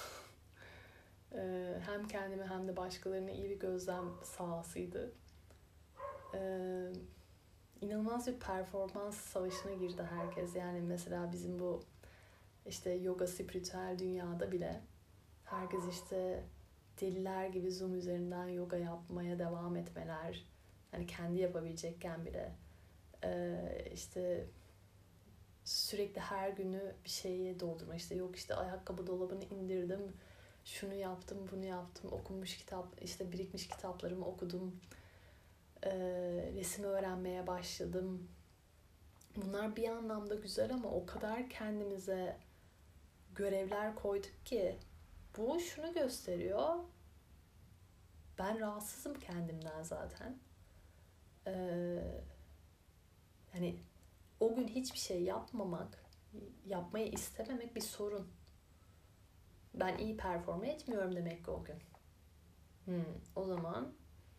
[SPEAKER 1] hem kendime hem de başkalarına iyi bir gözlem sahasıydı. Ee, inanılmaz bir performans savaşına girdi herkes. Yani mesela bizim bu işte yoga, spiritüel dünyada bile herkes işte deliler gibi Zoom üzerinden yoga yapmaya devam etmeler. Hani kendi yapabilecekken bile ee, işte sürekli her günü bir şeye doldurma. İşte yok işte ayakkabı dolabını indirdim, şunu yaptım, bunu yaptım, okunmuş kitap, işte birikmiş kitaplarımı okudum, ee, resim öğrenmeye başladım. Bunlar bir anlamda güzel ama o kadar kendimize görevler koyduk ki bu şunu gösteriyor. Ben rahatsızım kendimden zaten. Ee, hani o gün hiçbir şey yapmamak, yapmayı istememek bir sorun. Ben iyi perform etmiyorum demek ki o gün. Hmm, o zaman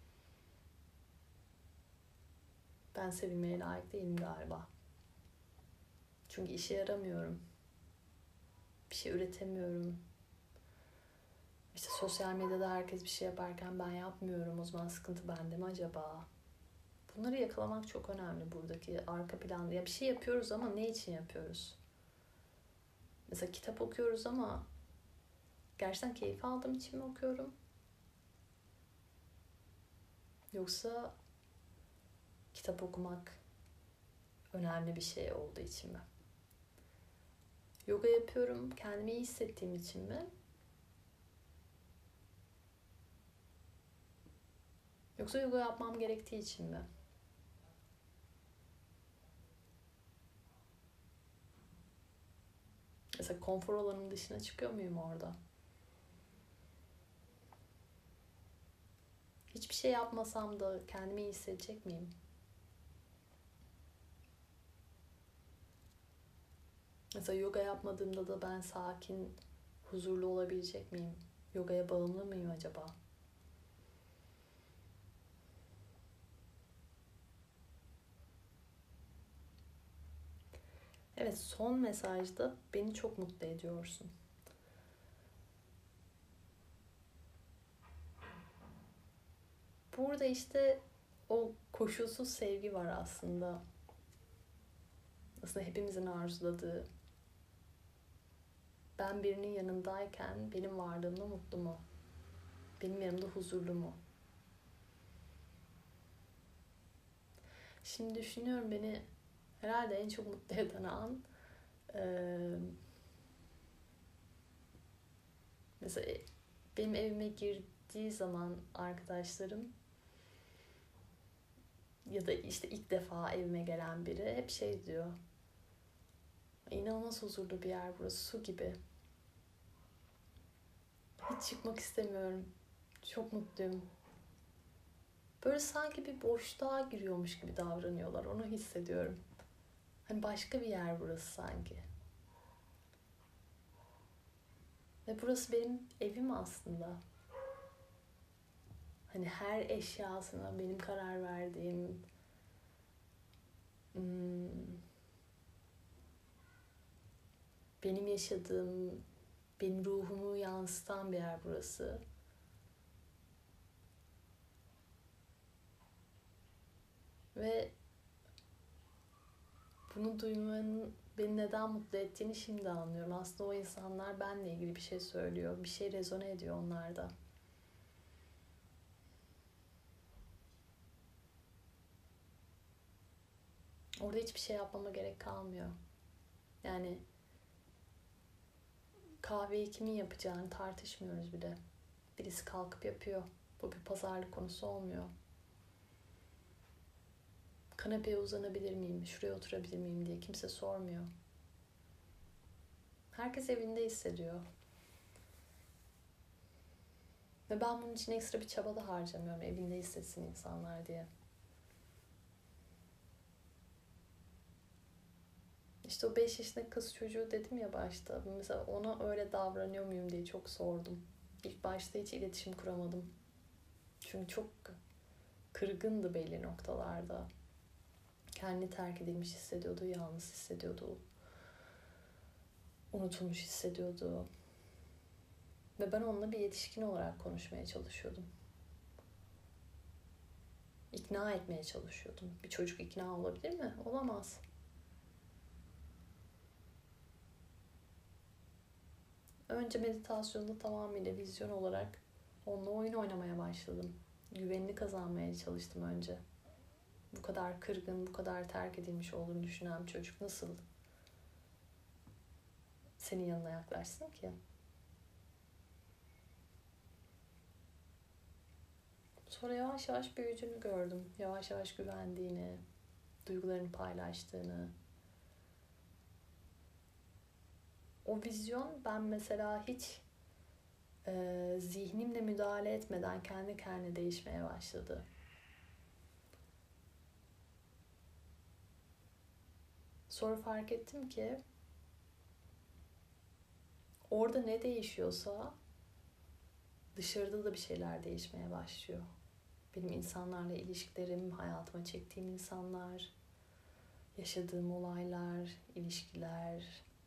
[SPEAKER 1] ben sevilmeye layık değilim galiba. Çünkü işe yaramıyorum. Bir şey üretemiyorum. İşte sosyal medyada herkes bir şey yaparken ben yapmıyorum. O zaman sıkıntı bende mi acaba? Bunları yakalamak çok önemli buradaki arka planda. Ya bir şey yapıyoruz ama ne için yapıyoruz? Mesela kitap okuyoruz ama gerçekten keyif aldığım için mi okuyorum? Yoksa kitap okumak önemli bir şey olduğu için mi? Yoga yapıyorum kendimi iyi hissettiğim için mi? Yoksa yoga yapmam gerektiği için mi? Mesela konfor alanının dışına çıkıyor muyum orada? Hiçbir şey yapmasam da kendimi iyi hissedecek miyim? Mesela yoga yapmadığımda da ben sakin, huzurlu olabilecek miyim? Yogaya bağımlı mıyım acaba? Evet, son mesajda beni çok mutlu ediyorsun. Burada işte o koşulsuz sevgi var aslında. Aslında hepimizin arzuladığı. Ben birinin yanındayken benim varlığımda mutlu mu? Benim yanımda huzurlu mu? Şimdi düşünüyorum beni herhalde en çok mutlu eden an ee, mesela benim evime girdiği zaman arkadaşlarım ya da işte ilk defa evime gelen biri hep şey diyor. İnanılmaz huzurlu bir yer burası, su gibi. Hiç çıkmak istemiyorum. Çok mutluyum. Böyle sanki bir boşluğa giriyormuş gibi davranıyorlar. Onu hissediyorum. Hani başka bir yer burası sanki. Ve burası benim evim aslında. Hani her eşyasına benim karar verdiğim, benim yaşadığım, benim ruhumu yansıtan bir yer burası. Ve bunu duymanın beni neden mutlu ettiğini şimdi anlıyorum. Aslında o insanlar benle ilgili bir şey söylüyor. Bir şey rezone ediyor onlarda. Orada hiçbir şey yapmama gerek kalmıyor. Yani kahveyi kimin yapacağını tartışmıyoruz bile. Birisi kalkıp yapıyor. Bu bir pazarlık konusu olmuyor. Kanepeye uzanabilir miyim, şuraya oturabilir miyim diye kimse sormuyor. Herkes evinde hissediyor. Ve ben bunun için ekstra bir çaba da harcamıyorum. Evinde hissetsin insanlar diye. İşte o beş yaşındaki kız çocuğu dedim ya başta. Mesela ona öyle davranıyor muyum diye çok sordum. İlk başta hiç iletişim kuramadım. Çünkü çok kırgındı belli noktalarda. Kendini terk edilmiş hissediyordu, yalnız hissediyordu. Unutulmuş hissediyordu. Ve ben onunla bir yetişkin olarak konuşmaya çalışıyordum. İkna etmeye çalışıyordum. Bir çocuk ikna olabilir mi? Olamaz. Önce meditasyonda tamamıyla vizyon olarak onunla oyun oynamaya başladım. Güvenini kazanmaya çalıştım önce. Bu kadar kırgın, bu kadar terk edilmiş olduğunu düşünen bir çocuk nasıl senin yanına yaklaşsın ki? Sonra yavaş yavaş büyüdüğünü gördüm. Yavaş yavaş güvendiğini, duygularını paylaştığını. O vizyon ben mesela hiç e, zihnimle müdahale etmeden kendi kendine değişmeye başladı. Sonra fark ettim ki orada ne değişiyorsa dışarıda da bir şeyler değişmeye başlıyor. Benim insanlarla ilişkilerim, hayatıma çektiğim insanlar, yaşadığım olaylar, ilişkiler,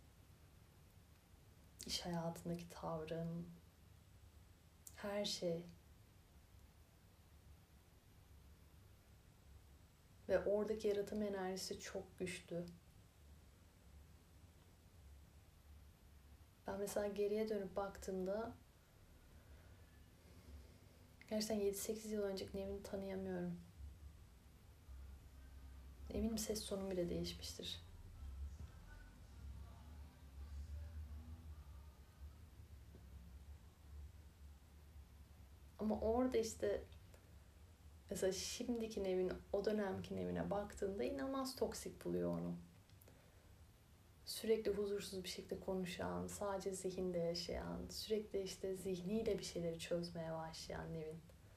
[SPEAKER 1] iş hayatındaki tavrım, her şey. Ve oradaki yaratım enerjisi çok güçlü. Ben mesela geriye dönüp baktığımda gerçekten yedi sekiz yıl önceki Nevin'i tanıyamıyorum. Eminim ses tonum bile değişmiştir. Ama orada işte mesela şimdiki Nevin o dönemki Nevin'e baktığında inanılmaz toksik buluyor onu. Sürekli huzursuz bir şekilde konuşan, sadece zihinde yaşayan, sürekli işte zihniyle bir şeyleri çözmeye başlayan Nevin.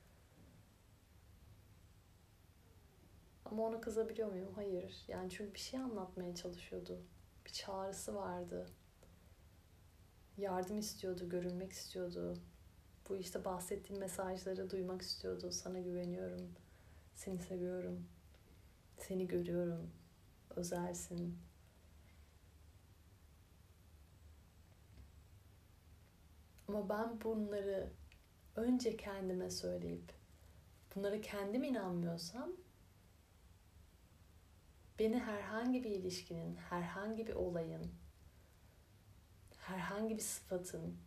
[SPEAKER 1] Ama ona kızabiliyor muyum? Hayır. Yani çünkü bir şey anlatmaya çalışıyordu. Bir çağrısı vardı. Yardım istiyordu, görülmek istiyordu. Bu işte bahsettiğim mesajları duymak istiyordu. Sana güveniyorum, seni seviyorum, seni görüyorum, özelsin. Ama ben bunları önce kendime söyleyip bunlara kendim inanmıyorsam beni herhangi bir ilişkinin, herhangi bir olayın, herhangi bir sıfatın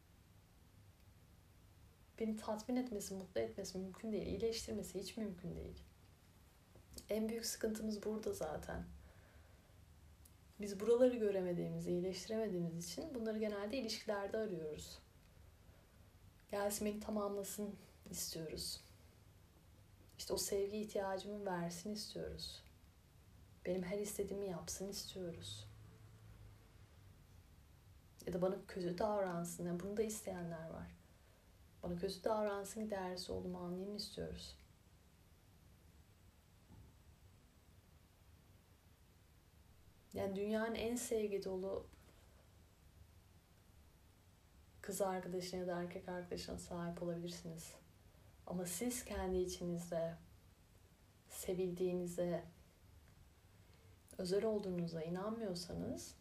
[SPEAKER 1] beni tatmin etmesi, mutlu etmesi mümkün değil. İyileştirmesi hiç mümkün değil. En büyük sıkıntımız burada zaten. Biz buraları göremediğimiz, iyileştiremediğimiz için bunları genelde ilişkilerde arıyoruz. Gelsin beni tamamlasın istiyoruz. İşte o sevgi ihtiyacımı versin istiyoruz. Benim her istediğimi yapsın istiyoruz. Ya da bana kötü davransın. Yani bunu da isteyenler var. Bana kötü davransın ki değersiz olduğumu anlayayım istiyoruz. Yani dünyanın en sevgi dolu kız arkadaşına ya da erkek arkadaşına sahip olabilirsiniz. Ama siz kendi içinizde sevildiğinize, özel olduğunuza inanmıyorsanız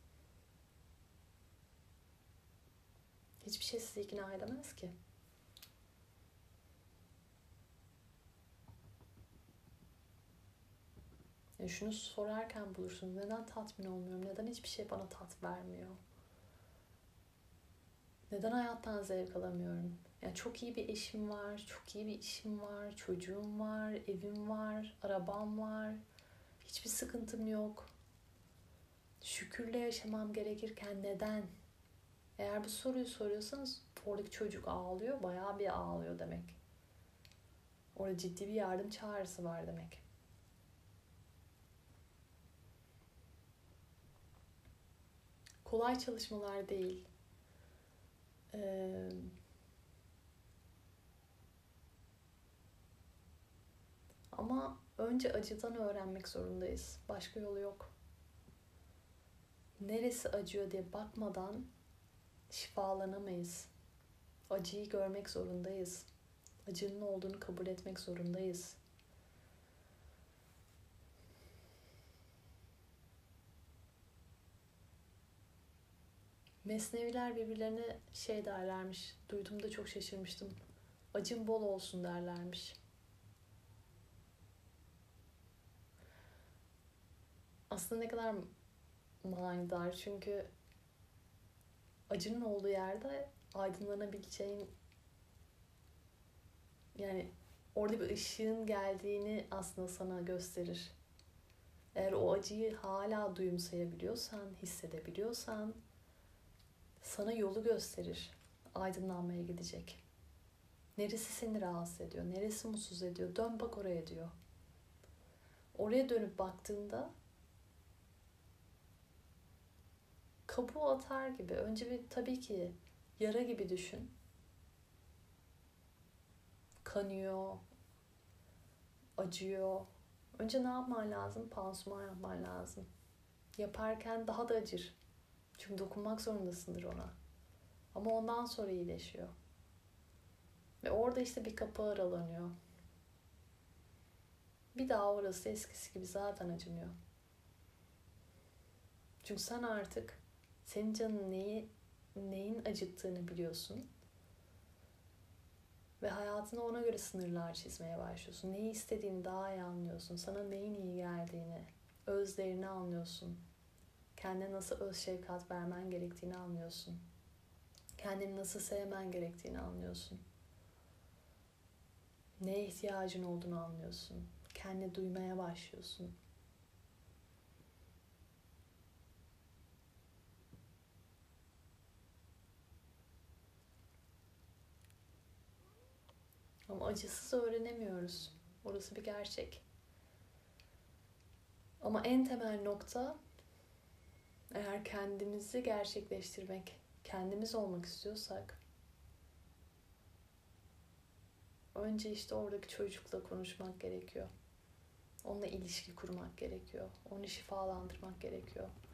[SPEAKER 1] hiçbir şey sizi ikna edemez ki. Yani şunu sorarken bulursunuz. Neden tatmin olmuyorum? Neden hiçbir şey bana tat vermiyor? Neden hayattan zevk alamıyorum? Yani çok iyi bir eşim var, çok iyi bir işim var, çocuğum var, evim var, arabam var. Hiçbir sıkıntım yok. Şükürle yaşamam gerekirken neden? Eğer bu soruyu soruyorsanız oradaki çocuk ağlıyor, bayağı bir ağlıyor demek. Orada ciddi bir yardım çağrısı var demek. Kolay çalışmalar değil. Ee, ama önce acıdan öğrenmek zorundayız. Başka yolu yok. Neresi acıyor diye bakmadan şifalanamayız. Acıyı görmek zorundayız. Acının olduğunu kabul etmek zorundayız. Mesneviler birbirlerine şey derlermiş. Duyduğumda çok şaşırmıştım. Acın bol olsun derlermiş. Aslında ne kadar manidar, çünkü acının olduğu yerde aydınlanabileceğin, yani orada bir ışığın geldiğini aslında sana gösterir. Eğer o acıyı hala duyumsayabiliyorsan, hissedebiliyorsan sana yolu gösterir. Aydınlanmaya gidecek. Neresi seni rahatsız ediyor, neresi mutsuz ediyor, dön bak oraya diyor. Oraya dönüp baktığında kabuğu atar gibi. Önce bir tabii ki yara gibi düşün. Kanıyor, acıyor. Önce ne yapman lazım? Pansuman yapman lazım. Yaparken daha da acır. Çünkü dokunmak zorundasındır ona. Ama ondan sonra iyileşiyor. Ve orada işte bir kapı aralanıyor. Bir daha orası eskisi gibi zaten acımıyor. Çünkü sen artık senin canın neyi, neyin acıttığını biliyorsun. Ve hayatına ona göre sınırlar çizmeye başlıyorsun. Neyi istediğini daha iyi anlıyorsun. Sana neyin iyi geldiğini, özlerini anlıyorsun. Kendine nasıl öz şefkat vermen gerektiğini anlıyorsun. Kendini nasıl sevmen gerektiğini anlıyorsun. Neye ihtiyacın olduğunu anlıyorsun. Kendini duymaya başlıyorsun. Ama acısız öğrenemiyoruz. Orası bir gerçek. Ama en temel nokta, eğer kendimizi gerçekleştirmek, kendimiz olmak istiyorsak, önce işte oradaki çocukla konuşmak gerekiyor. Onunla ilişki kurmak gerekiyor. Onu şifalandırmak gerekiyor.